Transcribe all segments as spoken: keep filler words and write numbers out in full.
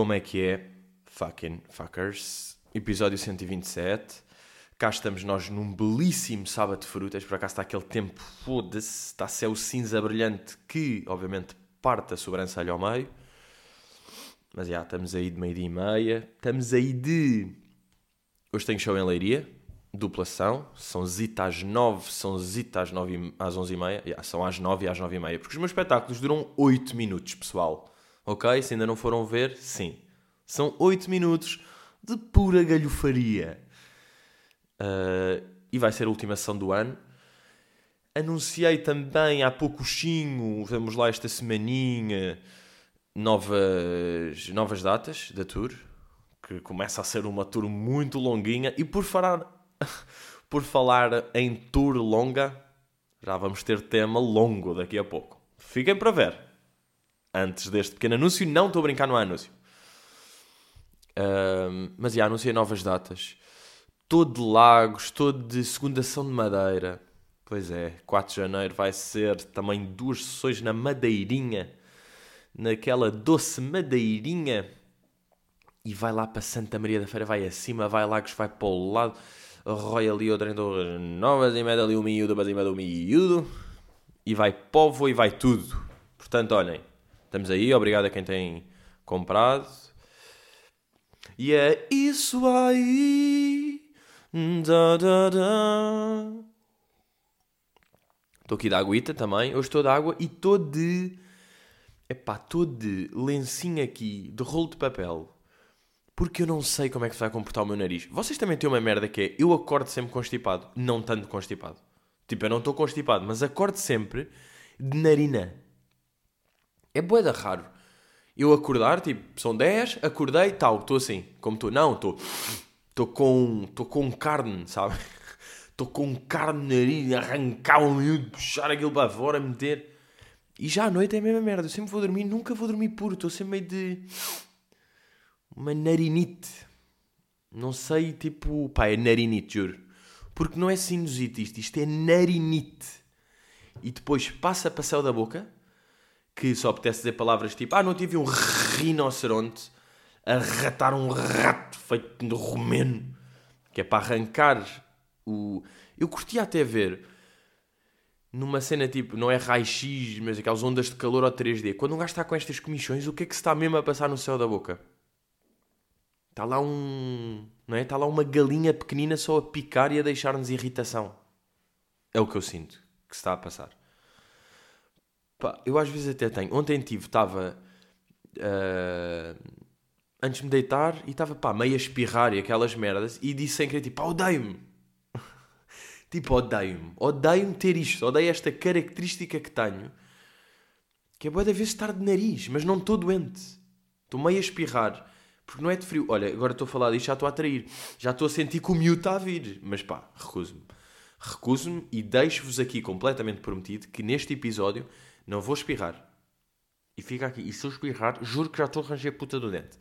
Como é que é? Fucking fuckers. Episódio cento e vinte e sete. Cá estamos nós num belíssimo sábado de frutas. Por acaso está aquele tempo, foda-se, está céu cinza brilhante que, obviamente, parte a sobrancelha ao meio. Mas já, estamos aí de meio-dia e meia. Estamos aí de... Hoje tenho show em Leiria. Duplação. São zita às nove, são zita às, nove, às onze e meia. Já, são às nove e às nove e meia. Porque os meus espetáculos duram oito minutos, pessoal. Ok? Se ainda não foram ver, sim. São oito minutos de pura galhofaria. Uh, e vai ser a última sessão do ano. Anunciei também há pouquinho, vamos lá esta semaninha, novas, novas datas da tour, que começa a ser uma tour muito longuinha. E por falar, por falar em tour longa, já vamos ter tema longo daqui a pouco. Fiquem para ver. Antes deste pequeno anúncio, não estou a brincar no anúncio. Uh, mas já anunciei novas datas. Todo de Lagos, todo de Segundação de Madeira. Pois é, quatro de janeiro vai ser também duas sessões na Madeirinha. Naquela doce Madeirinha. E vai lá para Santa Maria da Feira, vai acima, vai Lagos, vai para o lado. Rói ali outra em Torres Novas e mete ali o miúdo para cima do miúdo. E vai povo e vai tudo. Portanto, olhem, estamos aí, obrigado a quem tem comprado. E é isso aí. Da, da, da. Estou aqui de aguita também. Hoje estou de água e estou de... Epá, estou de lencinho aqui, de rolo de papel. Porque eu não sei como é que se vai comportar o meu nariz. Vocês também têm uma merda que é... Eu acordo sempre constipado. Não tanto constipado. Tipo, eu não estou constipado, mas acordo sempre de narina. É bué da raro. Eu acordar, tipo, são dez, acordei, tal, estou assim. Como estou? Não, estou... Estou com... Estou com carne, sabe? Estou com carne no nariz, arrancar um miúdo, puxar aquilo para fora, meter... E já à noite é a mesma merda. Eu sempre vou dormir, nunca vou dormir puro. Estou sempre meio de... Uma narinite. Não sei, tipo... Pá, é narinite, juro. Porque não é sinusite isto. Isto é narinite. E depois passa para céu da boca... Que só apetece dizer palavras tipo... Ah, não tive um rinoceronte a ratar um rato feito de romeno. Que é para arrancar o... Eu curtia até ver... Numa cena tipo... Não é raio-x, mas aquelas ondas de calor ou três D. Quando um gajo está com estas comichões, o que é que se está mesmo a passar no céu da boca? Está lá um... Não é? Está lá uma galinha pequenina só a picar e a deixar-nos irritação. É o que eu sinto que se está a passar. Pá, eu às vezes até tenho. Ontem tive, estava... Uh, antes de me deitar e estava, pá, meio a espirrar e aquelas merdas. E disse sem querer, tipo, odeio-me. Tipo, odeio-me. Odeio-me ter isto. Odeio esta característica que tenho. Que é boa da vez estar de nariz. Mas não estou doente. Estou meio a espirrar. Porque não é de frio. Olha, agora estou a falar disto, já estou a atrair. Já estou a sentir que o miúdo está a vir. Mas pá, recuso-me. Recuso-me e deixo-vos aqui completamente prometido que neste episódio não vou espirrar. E fica aqui. E se eu espirrar, juro que já estou a ranger puta do dente.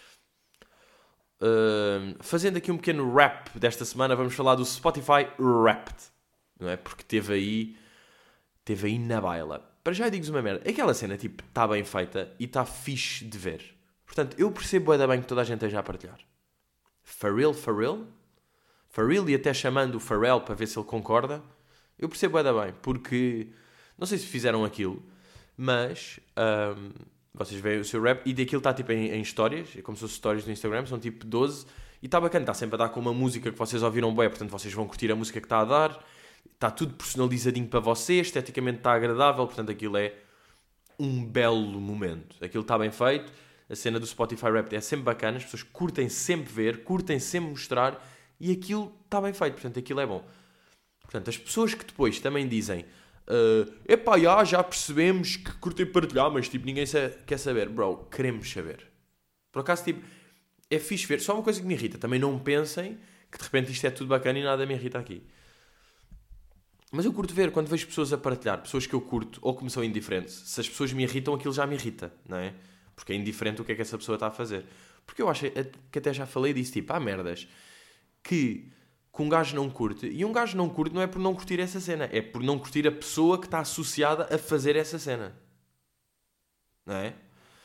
Uh, fazendo aqui um pequeno rap desta semana, vamos falar do Spotify Wrapped. Não é? Porque teve aí... Teve aí na baila. Para já eu digo-vos uma merda. Aquela cena, tipo, está bem feita e está fixe de ver. Portanto, eu percebo bué bem que toda a gente esteja a partilhar. For real, for real? For real e até chamando o Pharrell para ver se ele concorda. Eu percebo bué bem. Porque... Não sei se fizeram aquilo, mas um, vocês veem o seu rap e daquilo está tipo em, em histórias, é como se fossem stories do Instagram, são tipo doze, e está bacana, está sempre a dar com uma música que vocês ouviram bem, portanto vocês vão curtir a música que está a dar, está tudo personalizadinho para vocês, esteticamente está agradável, portanto aquilo é um belo momento. Aquilo está bem feito, a cena do Spotify Rap é sempre bacana, as pessoas curtem sempre ver, curtem sempre mostrar, e aquilo está bem feito, portanto aquilo é bom. Portanto, as pessoas que depois também dizem... Uh, epá, já, já percebemos que curtem partilhar, mas tipo, ninguém sa- quer saber. Bro, queremos saber. Por acaso, tipo, é fixe ver. Só uma coisa que me irrita. Também não pensem que de repente isto é tudo bacana e nada me irrita aqui. Mas eu curto ver quando vejo pessoas a partilhar, pessoas que eu curto ou que me são indiferentes. Se as pessoas me irritam, aquilo já me irrita, não é? Porque é indiferente o que é que essa pessoa está a fazer. Porque eu acho que até já falei disso, tipo, há merdas que... que um gajo não curte, e um gajo não curte não é por não curtir essa cena, é por não curtir a pessoa que está associada a fazer essa cena, não é?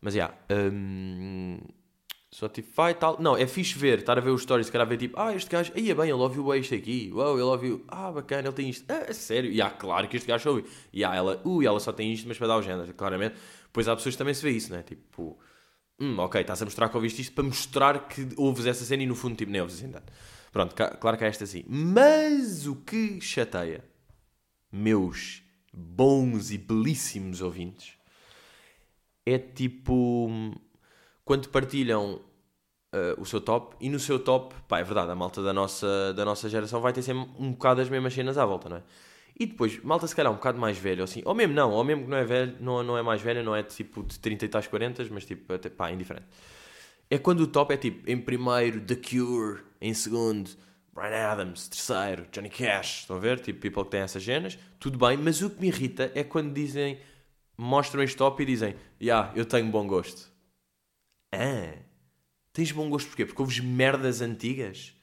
Mas, já, yeah, um, Spotify e tal. Não, é fixe ver, estar a ver os stories, se calhar ver tipo, ah, este gajo, aí é bem, ele ouviu bem isto aqui. Uau, ele ouviu, ah, bacana, ele tem isto. Ah, é sério? E, yeah, claro que este gajo ouve. E, yeah, ela, ui, ela só tem isto, mas para dar o género, claramente. Pois há pessoas que também se vê isso, né? Tipo, hum, ok, estás a mostrar que ouviste isto para mostrar que ouves essa cena e no fundo, tipo, nem ouves assim tanto. Pronto, claro que é esta assim. Mas o que chateia, meus bons e belíssimos ouvintes, é tipo quando partilham uh, o seu top, e no seu top, pá, é verdade, a malta da nossa, da nossa geração vai ter sempre um bocado as mesmas cenas à volta, não é? E depois, malta se calhar um bocado mais velho, assim, ou mesmo não, ou mesmo que não é velho, não, não é mais velho, não é tipo de trinta e tais quarenta, mas tipo, até, pá, indiferente. É quando o top é tipo, em primeiro, The Cure, em segundo, Bryan Adams, terceiro, Johnny Cash, estão a ver? Tipo, people que têm essas cenas, tudo bem, mas o que me irrita é quando dizem, mostram este top e dizem, já, yeah, eu tenho bom gosto. Ah, tens bom gosto porquê? Porque ouves merdas antigas?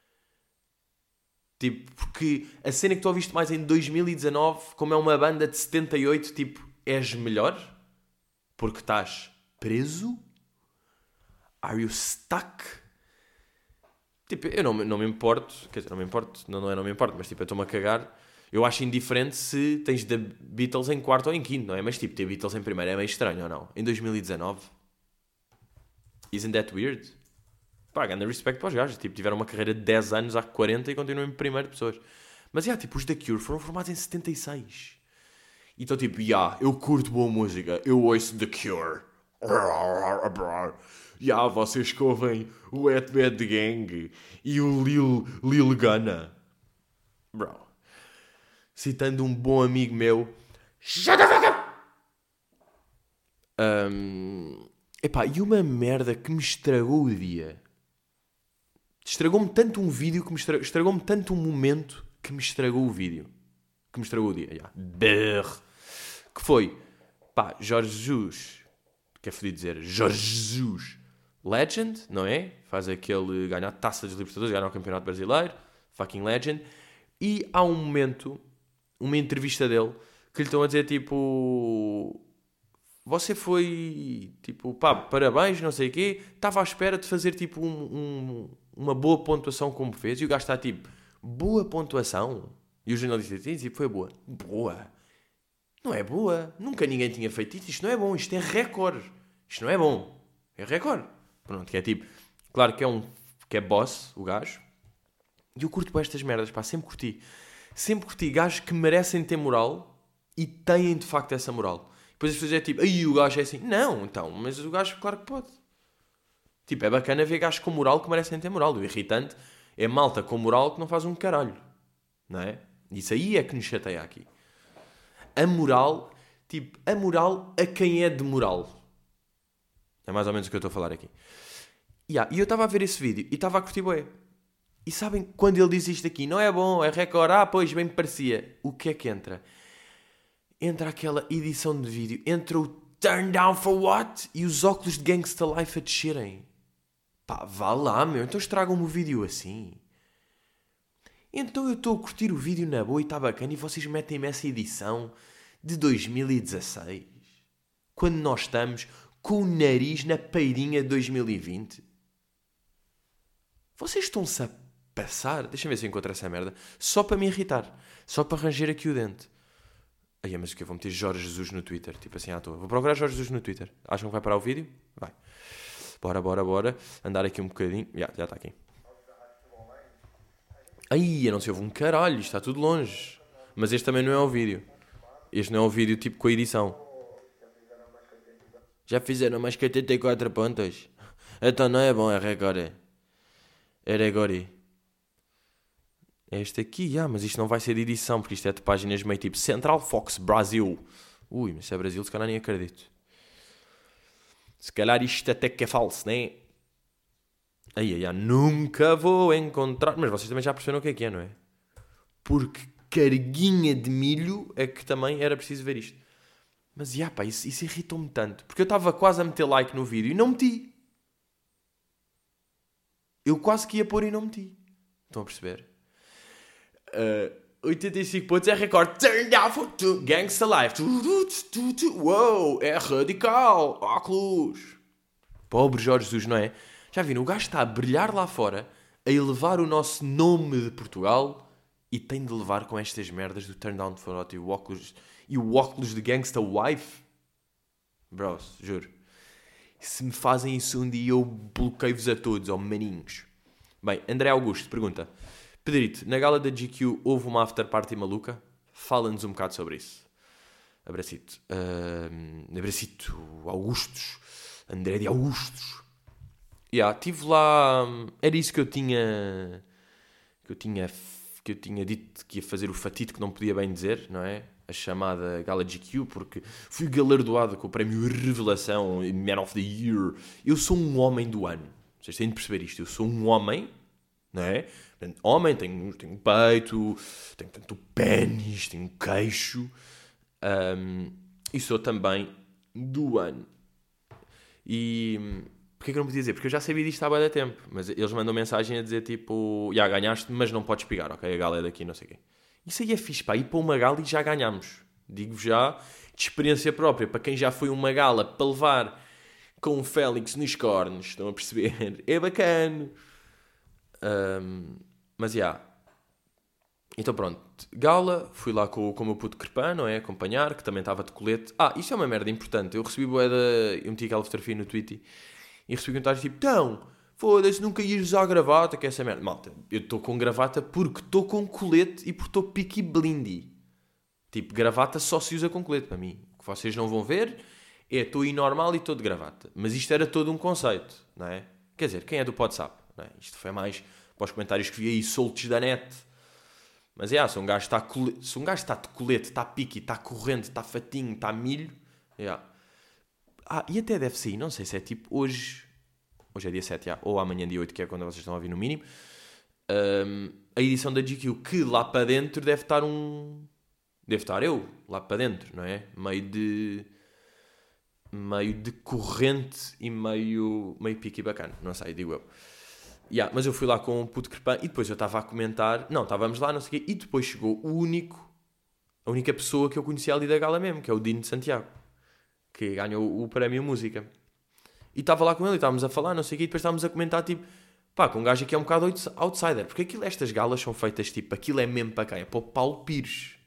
Tipo, porque a cena que tu ouviste mais em dois mil e dezanove, como é uma banda de setenta e oito, tipo, és melhor? Porque estás preso? Are you stuck? Tipo, eu não, não me importo, quer dizer, não me importo, não, não é não me importo, mas tipo, eu estou-me a cagar. Eu acho indiferente se tens The Beatles em quarto ou em quinto, não é? Mas tipo, ter Beatles em primeiro é meio estranho, ou não? Em dois mil e dezanove? Isn't that weird? Pá, grande respeito para os gajos. Tipo, tiveram uma carreira de dez anos, há quarenta e continuam em primeiro pessoas. Mas, já, yeah, tipo, os The Cure foram formados em setenta e seis. Então, tipo, já, yeah, eu curto boa música. Eu ouço The Cure. Já, yeah, vocês que ouvem o Wet Bad Gang e o Lil, Lil Gunna. Bro. Citando um bom amigo meu. Shut the fuck up! Um, epá, e uma merda que me estragou o dia. Estragou-me tanto um vídeo que me estragou, estragou-me tanto um momento que me estragou o vídeo. Que me estragou o dia. Yeah. Brrr. Que foi, pá, Jorge Jesus. Que é fodido dizer. Jorge Jesus. Legend, não é? Faz aquele ganhar taça dos Libertadores, ganhar o Campeonato Brasileiro. Fucking legend. E há um momento, uma entrevista dele, que lhe estão a dizer tipo... Você foi, tipo, pá, parabéns, não sei o quê. Estava à espera de fazer, tipo, um, um, uma boa pontuação como fez. E o gajo está, tipo, boa pontuação? E o jornalista diz, tipo, foi boa. Boa? Não é boa. Nunca ninguém tinha feito isto. Isto não é bom. Isto é recorde. Isto não é bom. É recorde. Pronto, que é tipo... Claro que é um... Que é boss, o gajo. E eu curto bem estas merdas, pá. Sempre curti. Sempre curti gajos que merecem ter moral e têm, de facto, essa moral. Depois as pessoas é tipo, aí o gajo é assim. Não, então, mas o gajo, claro que pode. Tipo, é bacana ver gajos com moral que merecem ter moral. O irritante é malta com moral que não faz um caralho. Não é? Isso aí é que nos chateia aqui. A moral, tipo, a moral a quem é de moral. É mais ou menos o que eu estou a falar aqui. Yeah, e eu estava a ver esse vídeo e estava a curtir bué. E sabem, quando ele diz isto aqui, não é bom, é recorde, ah, pois, bem me parecia. O que é que entra? Entra aquela edição de vídeo, entra o Turn Down for What? E os óculos de Gangsta Life a descerem. Pá, vá lá, meu. Então estragam-me o vídeo assim. Então eu estou a curtir o vídeo na boa e está bacana e vocês metem-me essa edição de dois mil e dezasseis. Quando nós estamos com o nariz na peirinha de dois mil e vinte. Vocês estão-se a passar. Deixa-me ver se eu encontro essa merda. Só para me irritar. Só para ranger aqui o dente. Ai, mas o que eu vou meter Jorge Jesus no Twitter? Tipo assim à toa. Vou procurar Jorge Jesus no Twitter. Acham que vai parar o vídeo? Vai. Bora, bora, bora. Andar aqui um bocadinho. Já, já está aqui. Ai, eu não sei, houve um caralho. Isto está tudo longe. Mas este também não é o vídeo. Este não é o vídeo tipo com a edição. Já fizeram mais que oitenta e quatro pontos. Então não é bom, é recorde. É recorde. É este aqui, já, mas isto não vai ser de edição, porque isto é de páginas meio tipo Central Fox Brasil. Ui, mas se é Brasil, se calhar nem acredito. Se calhar isto até que é falso, né? Aí, aí, aí, nunca vou encontrar... Mas vocês também já perceberam o que é que é, não é? Porque carguinha de milho é que também era preciso ver isto. Mas, já, pá, isso, isso irritou-me tanto. Porque eu estava quase a meter like no vídeo e não meti. Eu quase que ia pôr e não meti. Estão a perceber? Uh, oitenta e cinco pontos é recorde. Turn down for two. Gangsta Life. Uou, é radical. Óculos. Pobre Jorge Jesus, não é? Já viram? O gajo está a brilhar lá fora, a elevar o nosso nome de Portugal e tem de levar com estas merdas do Turn down for what e o óculos, e o óculos de Gangsta Wife. Bros, juro. Se me fazem isso um dia, eu bloqueio-vos a todos, ó maninhos. Bem, André Augusto pergunta: Pedrito, na gala da G Q houve uma after party maluca? Fala-nos um bocado sobre isso. Abracito. Uh, abracito. Augustos. André de Augustos. Yeah, estive lá... Era isso que eu tinha... Que eu tinha... Que eu tinha dito que ia fazer o fatito que não podia bem dizer, não é? A chamada Gala G Q, porque fui galardoado com o prémio Revelação Man of the Year. Eu sou um homem do ano. Vocês têm de perceber isto. Eu sou um homem, não é? Homem, tenho, tenho peito, tenho tanto pênis, tenho queixo. Um, e sou também do ano. E porquê que eu não podia dizer? Porque eu já sabia disto há bem tempo. Mas eles mandam mensagem a dizer tipo: já ganhaste, mas não podes pegar, ok? A gala é daqui, não sei o quê. Isso aí é fixe, pá. Ir para uma gala e já ganhamos. Digo já, de experiência própria, para quem já foi uma gala para levar com o Félix nos cornos, estão a perceber? É bacana. Um, mas já. Yeah. Então pronto, gala, fui lá com, com o meu puto Crepã, não é? Acompanhar, que também estava de colete. Ah, isto é uma merda importante. Eu recebi boeda, eu meti aquela fotografia no Twitter e recebi comentários tipo: então, foda-se, nunca ias usar gravata, que é essa merda. Malta, eu estou com gravata porque estou com colete e porque estou picky blindy. Tipo, gravata só se usa com colete para mim. O que vocês não vão ver é estou aí normal e estou de gravata. Mas isto era todo um conceito, não é? Quer dizer, quem é do WhatsApp? Não é? Isto foi mais para os comentários que vi aí soltos da net. Mas é, se um gajo está colete, se um gajo está de colete, está pique, está corrente, está fatinho, está milho, é. Ah, e até deve sair, não sei se é tipo hoje, hoje é dia sete, já, ou amanhã dia oito, que é quando vocês estão a ouvir no mínimo, um, a edição da G Q, que lá para dentro deve estar um... Deve estar eu, lá para dentro, não é? Meio de... Meio de corrente e meio, meio pique e bacana, não sei, digo eu. Yeah, mas eu fui lá com um puto Crepã e depois eu estava a comentar... Não, estávamos lá, não sei o quê, e depois chegou o único... A única pessoa que eu conhecia ali da gala mesmo, que é o Dino de Santiago, que ganhou o prémio Música. E estava lá com ele e estávamos a falar, não sei o quê, e depois estávamos a comentar, tipo... Pá, com um gajo aqui é um bocado outsider, porque aquilo, estas galas são feitas, tipo... Aquilo é mesmo para quem? É para o Paulo Pires.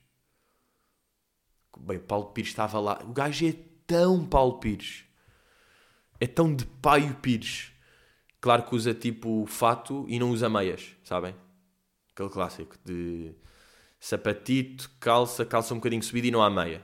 Bem, o Paulo Pires estava lá... O gajo é tão Paulo Pires. É tão de Paio Pires... Claro que usa tipo fato e não usa meias, sabem? Aquele clássico de sapatito, calça, calça um bocadinho subida e não há meia.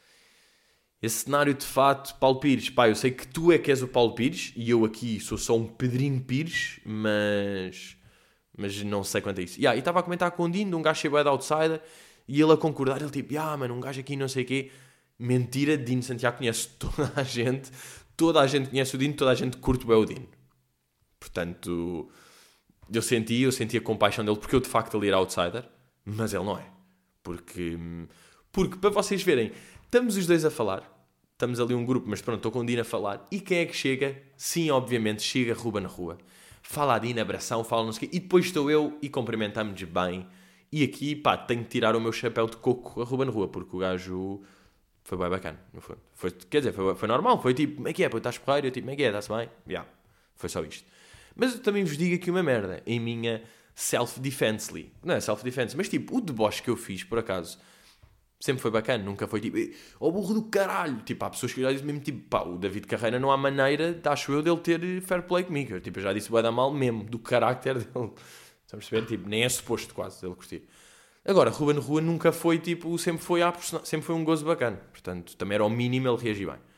Esse cenário de fato, Paulo Pires, pá, eu sei que tu é que és o Paulo Pires e eu aqui sou só um Pedrinho Pires, mas mas não sei quanto é isso. Yeah, e estava a comentar com o Dino, um gajo cheio de outsider, e ele a concordar, ele tipo, ah, mano, um gajo aqui não sei o quê. Mentira, Dino Santiago conhece toda a gente, toda a gente conhece o Dino, toda a gente curte bem o Dino. Portanto, eu senti, eu senti a compaixão dele, porque eu de facto ali era outsider, mas ele não é. Porque, porque para vocês verem, estamos os dois a falar, estamos ali um grupo, mas pronto, estou com o Dino a falar, e quem é que chega? Sim, obviamente, chega Ruba na rua. Fala a Dino, abração, fala não sei o quê, e depois estou eu e cumprimentamos bem. E aqui, pá, tenho que tirar o meu chapéu de coco a Ruba na rua, porque o gajo foi bem bacana, no fundo. Foi, quer dizer, foi, foi normal, foi tipo, como é que é, pô, estás porreiro? Eu tipo, como é que é, está-se bem? Yeah, foi só isto. Mas eu também vos digo aqui uma merda, em minha self-defensely. Não é self-defense, mas tipo, o deboche que eu fiz, por acaso, sempre foi bacana. Nunca foi tipo, oh burro do caralho. Tipo, há pessoas que já dizem mesmo tipo, pá, o David Carreira não há maneira, acho eu, dele ter fair play comigo. Eu, tipo, eu já disse bué da mal mesmo, do carácter dele. Estão a perceber? Tipo, nem é suposto quase dele curtir. Agora, Ruben Rua nunca foi tipo, sempre foi, à person... sempre foi um gozo bacana. Portanto, também era ao mínimo ele reagir bem.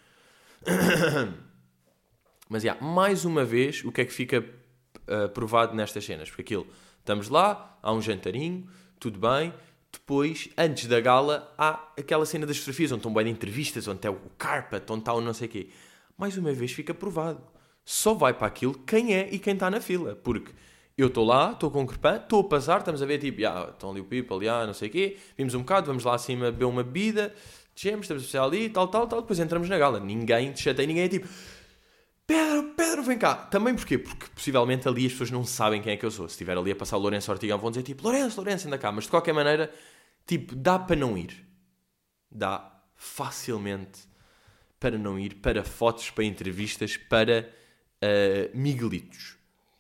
Mas, já, mais uma vez, o que é que fica uh, provado nestas cenas? Porque aquilo, estamos lá, há um jantarinho, tudo bem. Depois, antes da gala, há aquela cena das fotografias, onde estão bem de entrevistas, onde está o carpet, onde está o não sei o quê. Mais uma vez fica provado. Só vai para aquilo quem é e quem está na fila. Porque eu estou lá, estou com o Crepã, estou a passar, estamos a ver, tipo, ah, estão ali o people, ah, não sei o quê. Vimos um bocado, vamos lá acima beber uma bebida, descemos, estamos a passar ali, tal, tal, tal. Depois entramos na gala. Ninguém te chateia, ninguém é tipo... Pedro, Pedro, vem cá. Também porquê? Porque possivelmente ali as pessoas não sabem quem é que eu sou. Se estiver ali a passar o Lourenço Ortigão, vão dizer tipo, Lourenço, Lourenço, anda cá. Mas de qualquer maneira, Tipo, dá para não ir. Dá facilmente para não ir, para fotos, para entrevistas, para uh, miguelitos.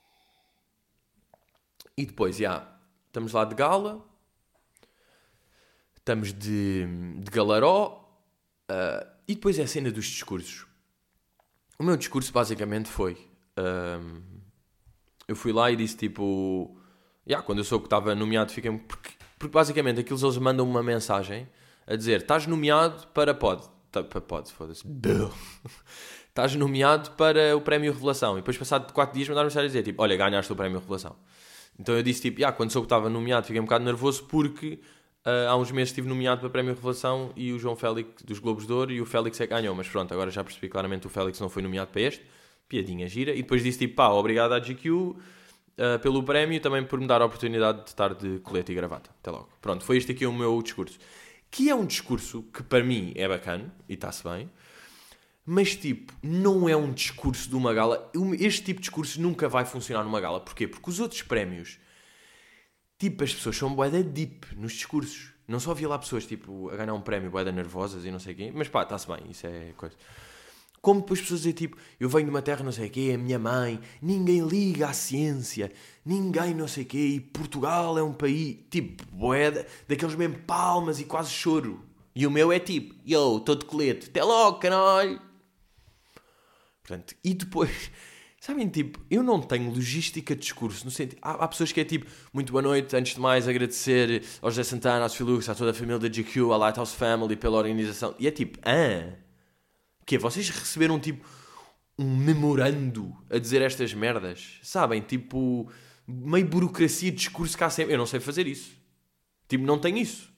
E depois, já, yeah, estamos lá de gala, estamos de, de galaró, uh, e depois é a cena dos discursos. O meu discurso basicamente foi, uh, eu fui lá e disse tipo, yeah, quando eu soube que estava nomeado, fiquei, porque, porque basicamente aquilo eles mandam uma mensagem a dizer, estás nomeado para pod, para pod, foda-se, estás nomeado para o Prémio Revelação, e depois passado quatro dias mandaram mensagem a dizer tipo, olha, ganhaste o Prémio Revelação. Então eu disse tipo, yeah, quando soube que estava nomeado fiquei um bocado nervoso porque uh, há uns meses estive nomeado para o Prémio Revelação e o João Félix dos Globos de Ouro e o Félix é que ganhou, mas pronto, agora já percebi claramente que o Félix não foi nomeado para este, piadinha gira, e depois disse tipo, pá, obrigado à G Q uh, pelo prémio e também por me dar a oportunidade de estar de colete e gravata. Até logo. Pronto, foi este aqui o meu discurso. Que é um discurso que para mim é bacana e está-se bem, mas tipo, não é um discurso de uma gala. Este tipo de discurso nunca vai funcionar numa gala. Porquê? Porque os outros prémios, tipo, as pessoas são bué da deep nos discursos. Não só havia lá pessoas tipo a ganhar um prémio bué da nervosas e não sei o quê, mas pá, está-se bem, isso é coisa. Como depois as pessoas dizem tipo, eu venho de uma terra não sei o quê, a minha mãe, ninguém liga à ciência, ninguém não sei o quê, e Portugal é um país, tipo, bué, daqueles mesmo palmas e quase choro. E o meu é tipo, yo, estou de colete, até logo, caralho. Portanto, e depois, sabem, tipo, eu não tenho logística de discurso, no sentido, há, há pessoas que é tipo, muito boa noite, antes de mais agradecer ao José Santana, ao Filux, a toda a família da G Q, à Lighthouse Family pela organização, e é tipo, ah... que é, vocês receberam tipo um memorando a dizer estas merdas, sabem, tipo meio burocracia de discurso que há sempre, eu não sei fazer isso, tipo, não tenho isso,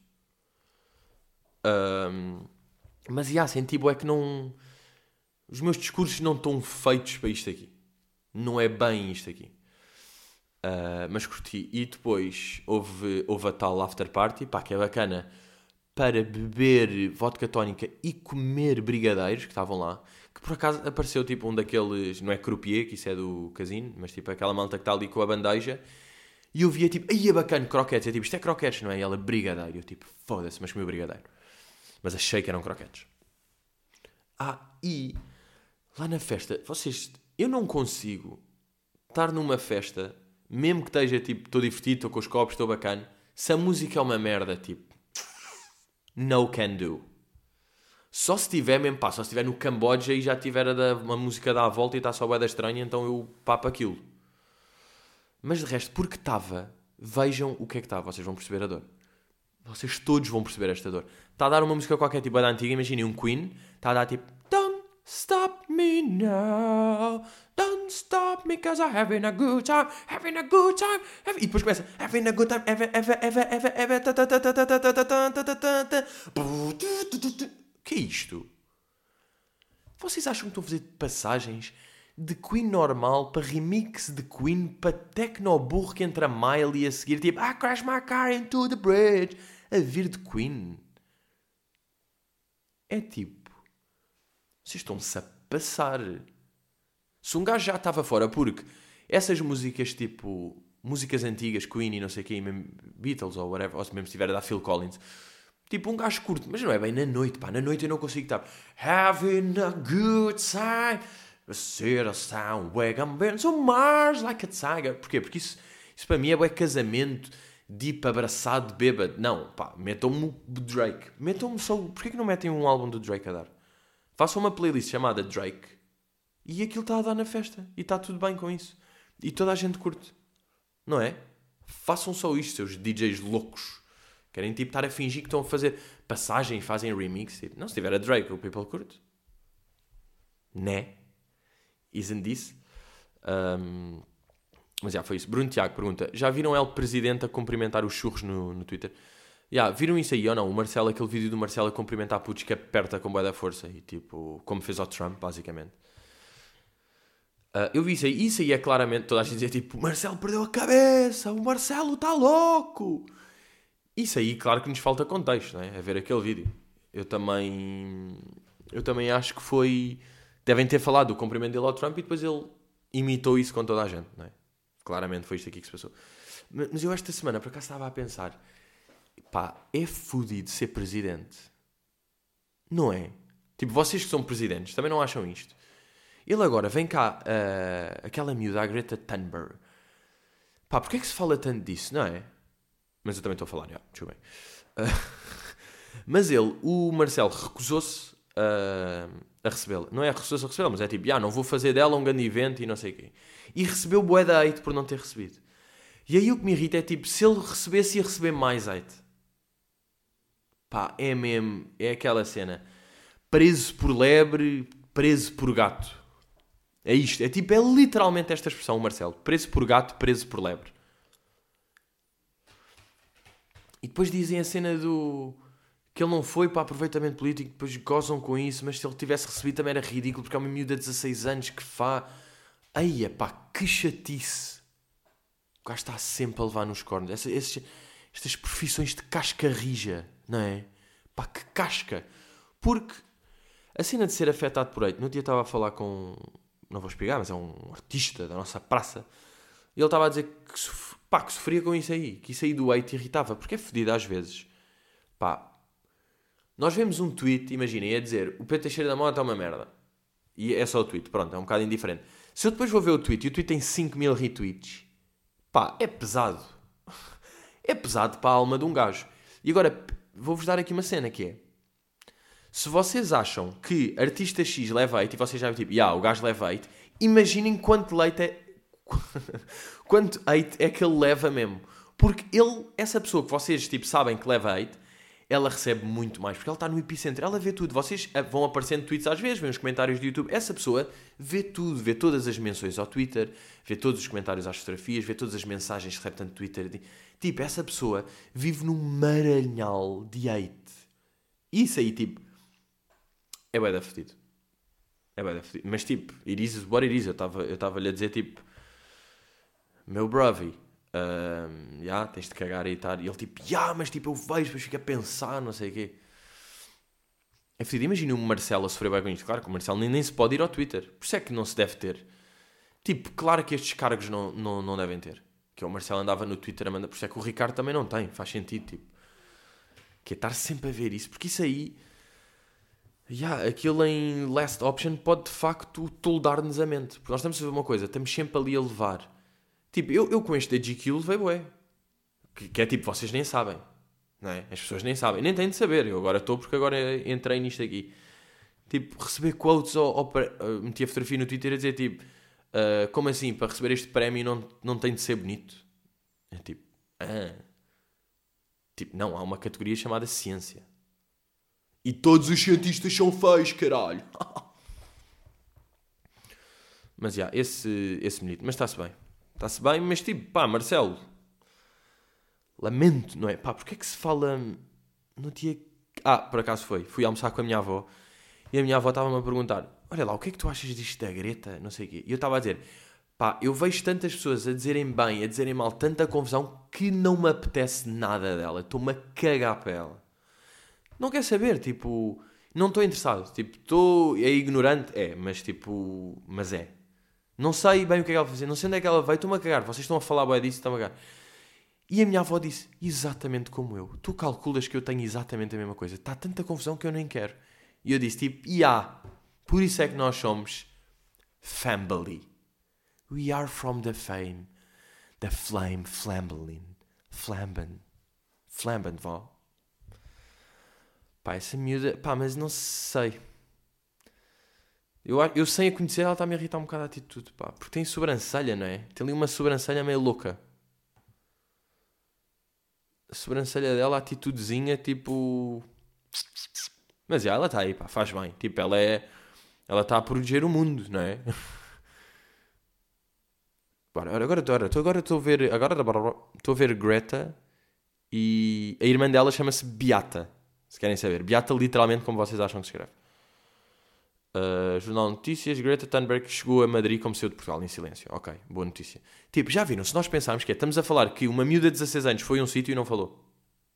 um, mas já, assim, tipo, é que não, os meus discursos não estão feitos para isto aqui, não é bem isto aqui, uh, mas curti, e depois houve, houve a tal after party, pá, que é bacana, para beber vodka tónica e comer brigadeiros que estavam lá, que por acaso apareceu tipo um daqueles, não é croupier, que isso é do casino, mas tipo aquela malta que está ali com a bandeja, e eu via tipo, aí é bacana, croquetes, eu tipo, isto é croquetes, não é? E ela, brigadeiro, eu tipo, foda-se, mas comeu brigadeiro. Mas achei que eram croquetes. Ah, e lá na festa, vocês, eu não consigo estar numa festa, mesmo que esteja tipo, estou divertido, estou com os copos, estou bacana, se a música é uma merda, tipo, no can do. Só se tiver mesmo, pá, só se estiver no Camboja e já tiver a da, uma música da volta e está só bué da estranha, então eu papo aquilo. Mas de resto, porque estava, vejam o que é que está, vocês vão perceber a dor. Vocês todos vão perceber esta dor. Está a dar uma música qualquer tipo da antiga, imaginem um Queen, está a dar tipo Don't stop me now, don't stop me cause I'm having a good time, having a good time, having... e depois começa having a good time, ever, ever, ever, ever, ever, ta ta ta ta ta ta ta ta ta ta ta ta. O que é isto? Vocês acham que estou a fazer passagens de Queen normal para remix de Queen para techno burro que entra Miley a seguir tipo I crash my car into the bridge a vir de Queen? É tipo, vocês estão-se a passar. Se um gajo já estava fora, porque essas músicas tipo, músicas antigas, Queen e não sei o quê, Beatles ou whatever, ou se mesmo estiver a dar Phil Collins, tipo um gajo curto, mas não é bem na noite, pá, na noite eu não consigo estar having a good time, a sit a sound where I'm been so Mars like a tiger. Porquê? Porque isso, isso para mim é bué casamento, deep, abraçado, bêbado. Não, pá, metam-me o Drake, metam-me só, porquê que não metem um álbum do Drake a dar? Façam uma playlist chamada Drake e aquilo está a dar na festa e está tudo bem com isso e toda a gente curte, não é? Façam só isto, seus D Js loucos. Querem tipo estar a fingir que estão a fazer passagem e fazem remix. Tipo, não, se tiver a Drake, o people curte. Né? Isn't this? Um, mas já foi isso. Bruno Tiago pergunta, já viram El Presidente a cumprimentar os churros no, no Twitter? Já, viram isso aí ou não? O Marcelo, aquele vídeo do Marcelo a cumprimentar putos que aperta com boa da força. E tipo, como fez ao Trump, basicamente. Uh, eu vi isso aí. Isso aí é claramente, toda a gente dizia tipo, o Marcelo perdeu a cabeça, o Marcelo está louco. Isso aí, claro que nos falta contexto, não é? A ver aquele vídeo. Eu também... Eu também acho que foi... Devem ter falado do cumprimento dele ao Trump e depois ele imitou isso com toda a gente, não é? Claramente foi isto aqui que se passou. Mas eu esta semana, por acaso, estava a pensar... Pá, é fodido ser presidente. Não é? Tipo, vocês que são presidentes também não acham isto? Ele agora vem cá, uh, aquela miúda, a Greta Thunberg. Pá, porquê é que se fala tanto disso, não é? Mas eu também estou a falar, já, deixa eu bem. Uh, mas ele, o Marcelo, recusou-se uh, a recebê-la. Não é recusou-se a recebê-la, mas é tipo, já, não vou fazer dela um grande evento e não sei o quê. E recebeu bué de hate por não ter recebido. E aí o que me irrita é tipo, se ele recebesse, ia receber mais hate. Pá, é mesmo, é aquela cena. Preso por lebre, preso por gato. É isto, é tipo, é literalmente esta expressão, o Marcelo. Preso por gato, preso por lebre. E depois dizem a cena do... que ele não foi para aproveitamento político, depois gozam com isso, mas se ele tivesse recebido também era ridículo, porque é uma miúda de dezasseis anos que faz... Eia, pá, que chatice. O gajo está sempre a levar nos cornos. Essa, esses, estas profissões de casca rija, não é? Pá, que casca. Porque a cena de ser afetado por hate, no dia estava a falar com... não vou explicar, mas é um artista da nossa praça. E ele estava a dizer que, sof... pá, que sofria com isso aí. Que isso aí do hate irritava. Porque é fedido às vezes. Pá, nós vemos um tweet, imaginem, a dizer o Pedro Teixeira da Mota é uma merda. E é só o tweet, pronto, é um bocado indiferente. Se eu depois vou ver o tweet e o tweet tem cinco mil retweets, pá, é pesado. É pesado para a alma de um gajo. E agora, vou-vos dar aqui uma cena que é... se vocês acham que artista X leva hate e vocês já tipo, yeah, o gajo leva hate, imaginem quanto hate é... quanto hate é que ele leva mesmo. Porque ele, essa pessoa que vocês tipo, sabem que leva hate, ela recebe muito mais, porque ela está no epicentro, ela vê tudo. Vocês vão aparecendo tweets às vezes, vêem os comentários do YouTube, essa pessoa vê tudo, vê todas as menções ao Twitter, vê todos os comentários às fotografias, vê todas as mensagens que recebe tanto no Twitter. Tipo, essa pessoa vive num maranhal de hate. Isso aí, tipo, é bué da fedido. É bué da fedido. Mas tipo, it is what it is. Eu estava-lhe a dizer, tipo, meu brother, Um, yeah, tens de cagar e estar. E ele tipo, yeah, mas tipo, eu vejo, depois fico a pensar, não sei o quê. É fedido. Imagina o Marcelo a sofrer bem com isto. Claro que o Marcelo nem, nem se pode ir ao Twitter. Por isso é que não se deve ter. Tipo, claro que estes cargos não, não, não devem ter. Que o Marcelo andava no Twitter a mandar. Por isso é que o Ricardo também não tem. Faz sentido, tipo. Que é estar sempre a ver isso. Porque isso aí... Yeah, aquilo em last option pode de facto toldar-nos a mente. Porque nós estamos a ver uma coisa. Estamos sempre ali a levar... Tipo, eu, eu com este da G Q levei bué. Que, que é tipo, vocês nem sabem. Não é? As pessoas nem sabem. Nem têm de saber. Eu agora estou porque agora entrei nisto aqui. Tipo, receber quotes ou... ou uh, meti a fotografia no Twitter a dizer tipo... Uh, como assim? Para receber este prémio não, não tem de ser bonito? É tipo... Ah. Tipo, não. Há uma categoria chamada ciência. E todos os cientistas são feios, caralho. Mas, já, yeah, esse, esse bonito. Mas está-se bem. Está-se bem, mas tipo, pá, Marcelo, lamento, não é? Pá, porque é que se fala no dia... Ah, por acaso foi, fui almoçar com a minha avó e a minha avó estava-me a perguntar, olha lá, o que é que tu achas disto da Greta? Não sei o quê. E eu estava a dizer, pá, eu vejo tantas pessoas a dizerem bem, a dizerem mal, tanta confusão, que não me apetece nada dela. Estou-me a cagar para ela. Não quer saber, tipo, não estou interessado. Tipo, estou... É ignorante? É, mas tipo... Mas é. Não sei bem o que é que ela vai fazer, não sei onde é que ela vai, estou-me a cagar, vocês estão a falar bem disso, estão a cagar. E a minha avó disse, exatamente como eu, tu calculas que eu tenho exatamente a mesma coisa, está tanta confusão que eu nem quero. E eu disse tipo, yeah, por isso é que nós somos family. We are from the fame, the flame, flambeling, flamben, flamben, vó. Pá, essa miúda, pá, mas não sei... Eu, eu sem a conhecer, ela está-me a irritar um bocado a atitude, pá. Porque tem sobrancelha, não é? Tem ali uma sobrancelha meio louca. A sobrancelha dela, a atitudezinha, tipo... Mas já, ela está aí, pá. Faz bem. Tipo, ela é... Ela está a proteger o mundo, não é? Agora, agora, agora, agora estou a ver... Agora estou a ver Greta e a irmã dela chama-se Beata. Se querem saber. Beata literalmente como vocês acham que se escreve. Uh, Jornal de Notícias, Greta Thunberg chegou a Madrid como saiu de Portugal em silêncio. Ok, boa notícia. Tipo, já viram? Se nós pensarmos que é, estamos a falar que uma miúda de dezasseis anos foi a um sítio e não falou.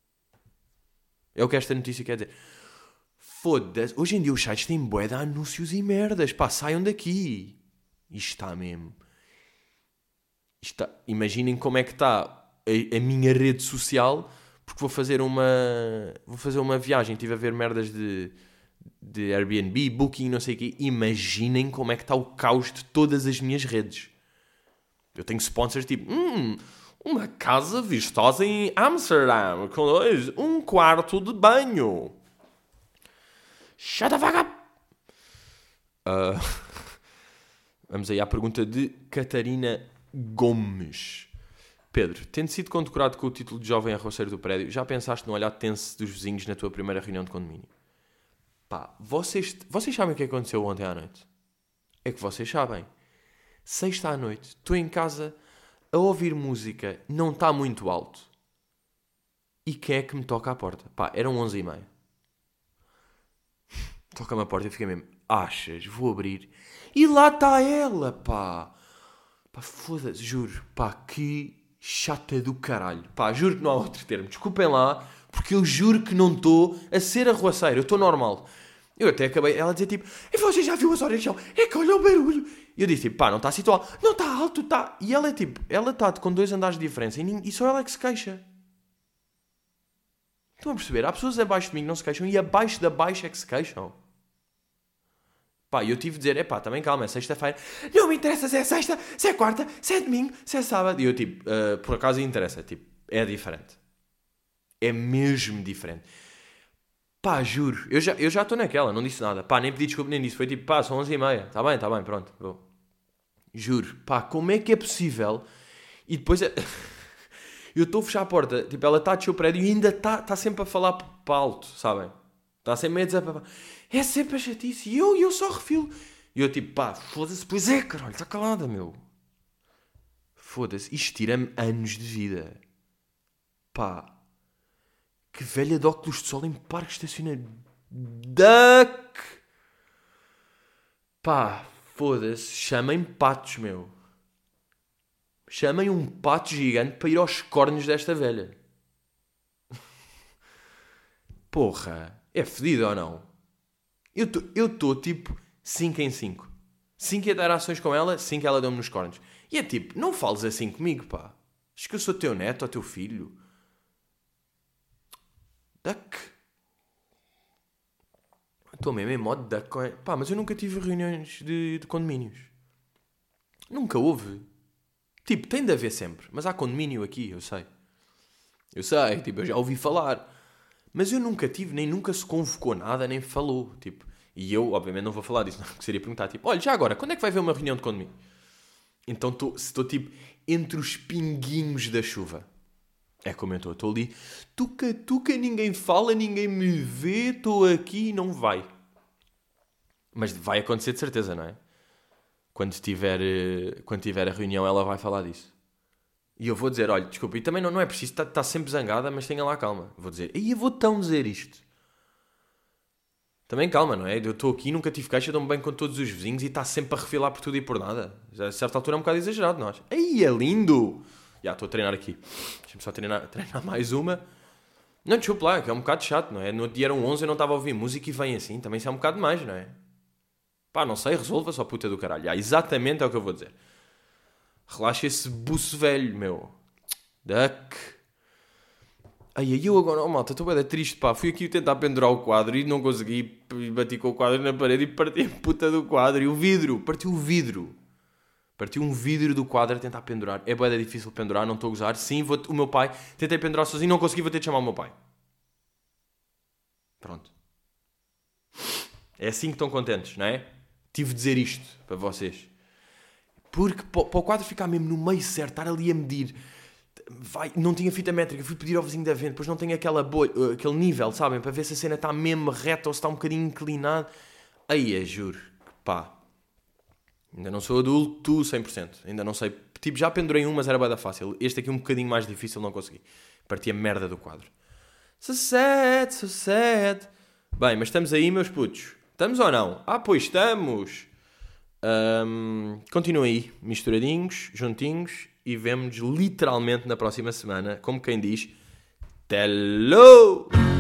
É o que esta notícia quer dizer. Foda-se. Hoje em dia os sites têm bué de anúncios e merdas. Pá, saiam daqui. Isto está mesmo. Isto está... Imaginem como é que está a, a minha rede social porque vou fazer uma, vou fazer uma viagem, estive a ver merdas de, de Airbnb, Booking, não sei o quê. Imaginem como é que está o caos de todas as minhas redes. Eu tenho sponsors tipo, hum, uma casa vistosa em Amsterdam, com dois, um quarto de banho. Shut the fuck up! Uh, vamos aí à pergunta de Catarina Gomes. Pedro, tendo sido condecorado com o título de jovem arroceiro do prédio, já pensaste no olhar tenso dos vizinhos na tua primeira reunião de condomínio? Pá, vocês, vocês sabem o que aconteceu ontem à noite? É que vocês sabem. Sexta à noite, estou em casa a ouvir música, não está muito alto. E quem é que me toca à porta? Pá, eram onze e meia. Toca-me a porta e fica mesmo, achas, vou abrir. E lá está ela, pá. Pá, foda-se, juro. Pá, que chata do caralho. Pá, juro que não há outro termo. Desculpem lá, porque eu juro que não estou a ser arruaceiro. Eu estou normal. Eu até acabei, ela dizer tipo, e você já viu as horas de chão? É que olha o barulho. E eu disse tipo, pá, não está assim tão alto. Não, está alto, está. E ela é tipo, ela está com dois andares de diferença e, nem, e só ela é que se queixa. Estão a perceber? Há pessoas abaixo de mim que não se queixam e abaixo da baixa é que se queixam. Pá, eu tive de dizer, é pá, também calma, é sexta-feira. Não me interessa se é sexta, se é quarta, se é domingo, se é sábado. E eu tipo, uh, por acaso interessa, tipo, é diferente. É mesmo diferente. Pá, juro, eu já eu já estou naquela, não disse nada. Pá, nem pedi desculpa, nem disse. Foi tipo, pá, são onze e meia. Está bem, está bem, pronto. Vou. Juro. Pá, como é que é possível? E depois é... eu estou a fechar a porta. Tipo, ela está a descer o prédio e ainda está tá sempre a falar para alto, sabem? Está sempre meio a desabafar. É sempre a chatice. E eu, eu só refilo. E eu tipo, pá, foda-se. Pois é, caralho, está calada, meu. Foda-se. Isto tira-me anos de vida. Pá. Que velha de óculos de sol em parque estacionamento. Duck! Pá, foda-se. Chamem patos, meu. Chamem um pato gigante para ir aos cornos desta velha. Porra. É fedido ou não? Eu estou tipo cinco em cinco. cinco interações com ela, cinco ela deu-me nos cornos. E é tipo, não fales assim comigo, pá. Diz que eu sou teu neto ou teu filho. Duck. Estou mesmo em modo duck. Pá, mas eu nunca tive reuniões de, de condomínios. Nunca houve. Tipo, tem de haver sempre. Mas há condomínio aqui, eu sei. Eu sei, tipo, eu já ouvi falar. Mas eu nunca tive, nem nunca se convocou nada, nem falou. Tipo, e eu, obviamente, não vou falar disso. Não, seria perguntar, tipo, olha, já agora, quando é que vai haver uma reunião de condomínio? Então estou, tipo, entre os pinguinhos da chuva. É como eu estou, estou ali, tuca, tuca, ninguém fala, ninguém me vê, estou aqui e não vai. Mas vai acontecer de certeza, não é? Quando tiver, quando tiver a reunião, ela vai falar disso. E eu vou dizer, olha, desculpa, e também não, não é preciso, está tá sempre zangada, mas tenha lá calma. Vou dizer, e eu vou tão dizer isto. Também calma, não é? Eu estou aqui, nunca tive queixa, dou-me bem com todos os vizinhos e está sempre a refilar por tudo e por nada. A certa altura é um bocado exagerado, não acho? Aí é lindo! Já, estou a treinar aqui. Deixa-me só treinar, treinar mais uma. Não, desculpa lá, que é um bocado chato, não é? No dia eram onze, eu não estava a ouvir música e vem assim. Também isso é um bocado mais, não é? Pá, não sei, resolva só puta do caralho. Já, exatamente é o que eu vou dizer. Relaxa esse buço velho, meu. Duck. Ai, ai, eu agora, oh malta, estou bem triste, pá. Fui aqui tentar pendurar o quadro e não consegui. E bati com o quadro na parede e parti a puta do quadro. E o vidro, partiu o vidro. Partiu um vidro do quadro a tentar pendurar. É bué difícil pendurar, não estou a gozar. Sim, vou, o meu pai, tentei pendurar sozinho, não consegui, vou ter de chamar o meu pai. Pronto. É assim que estão contentes, não é? Tive de dizer isto para vocês. Porque para o quadro ficar mesmo no meio certo, estar ali a medir. Vai, não tinha fita métrica, fui pedir ao vizinho da venda, depois não tenho aquela bolha, aquele nível, sabem? Para ver se a cena está mesmo reta ou se está um bocadinho inclinado. Aí é, juro. Pá. Ainda não sou adulto cem por cento. Ainda não sei. Tipo, já pendurei um, mas era bem fácil. Este aqui um bocadinho mais difícil, não consegui. Parti a merda do quadro. So sad, so sad. Bem, mas estamos aí, meus putos. Estamos ou não? Ah, pois estamos. Um, continuem aí, misturadinhos, juntinhos. E vemo-nos literalmente na próxima semana. Como quem diz... Hello!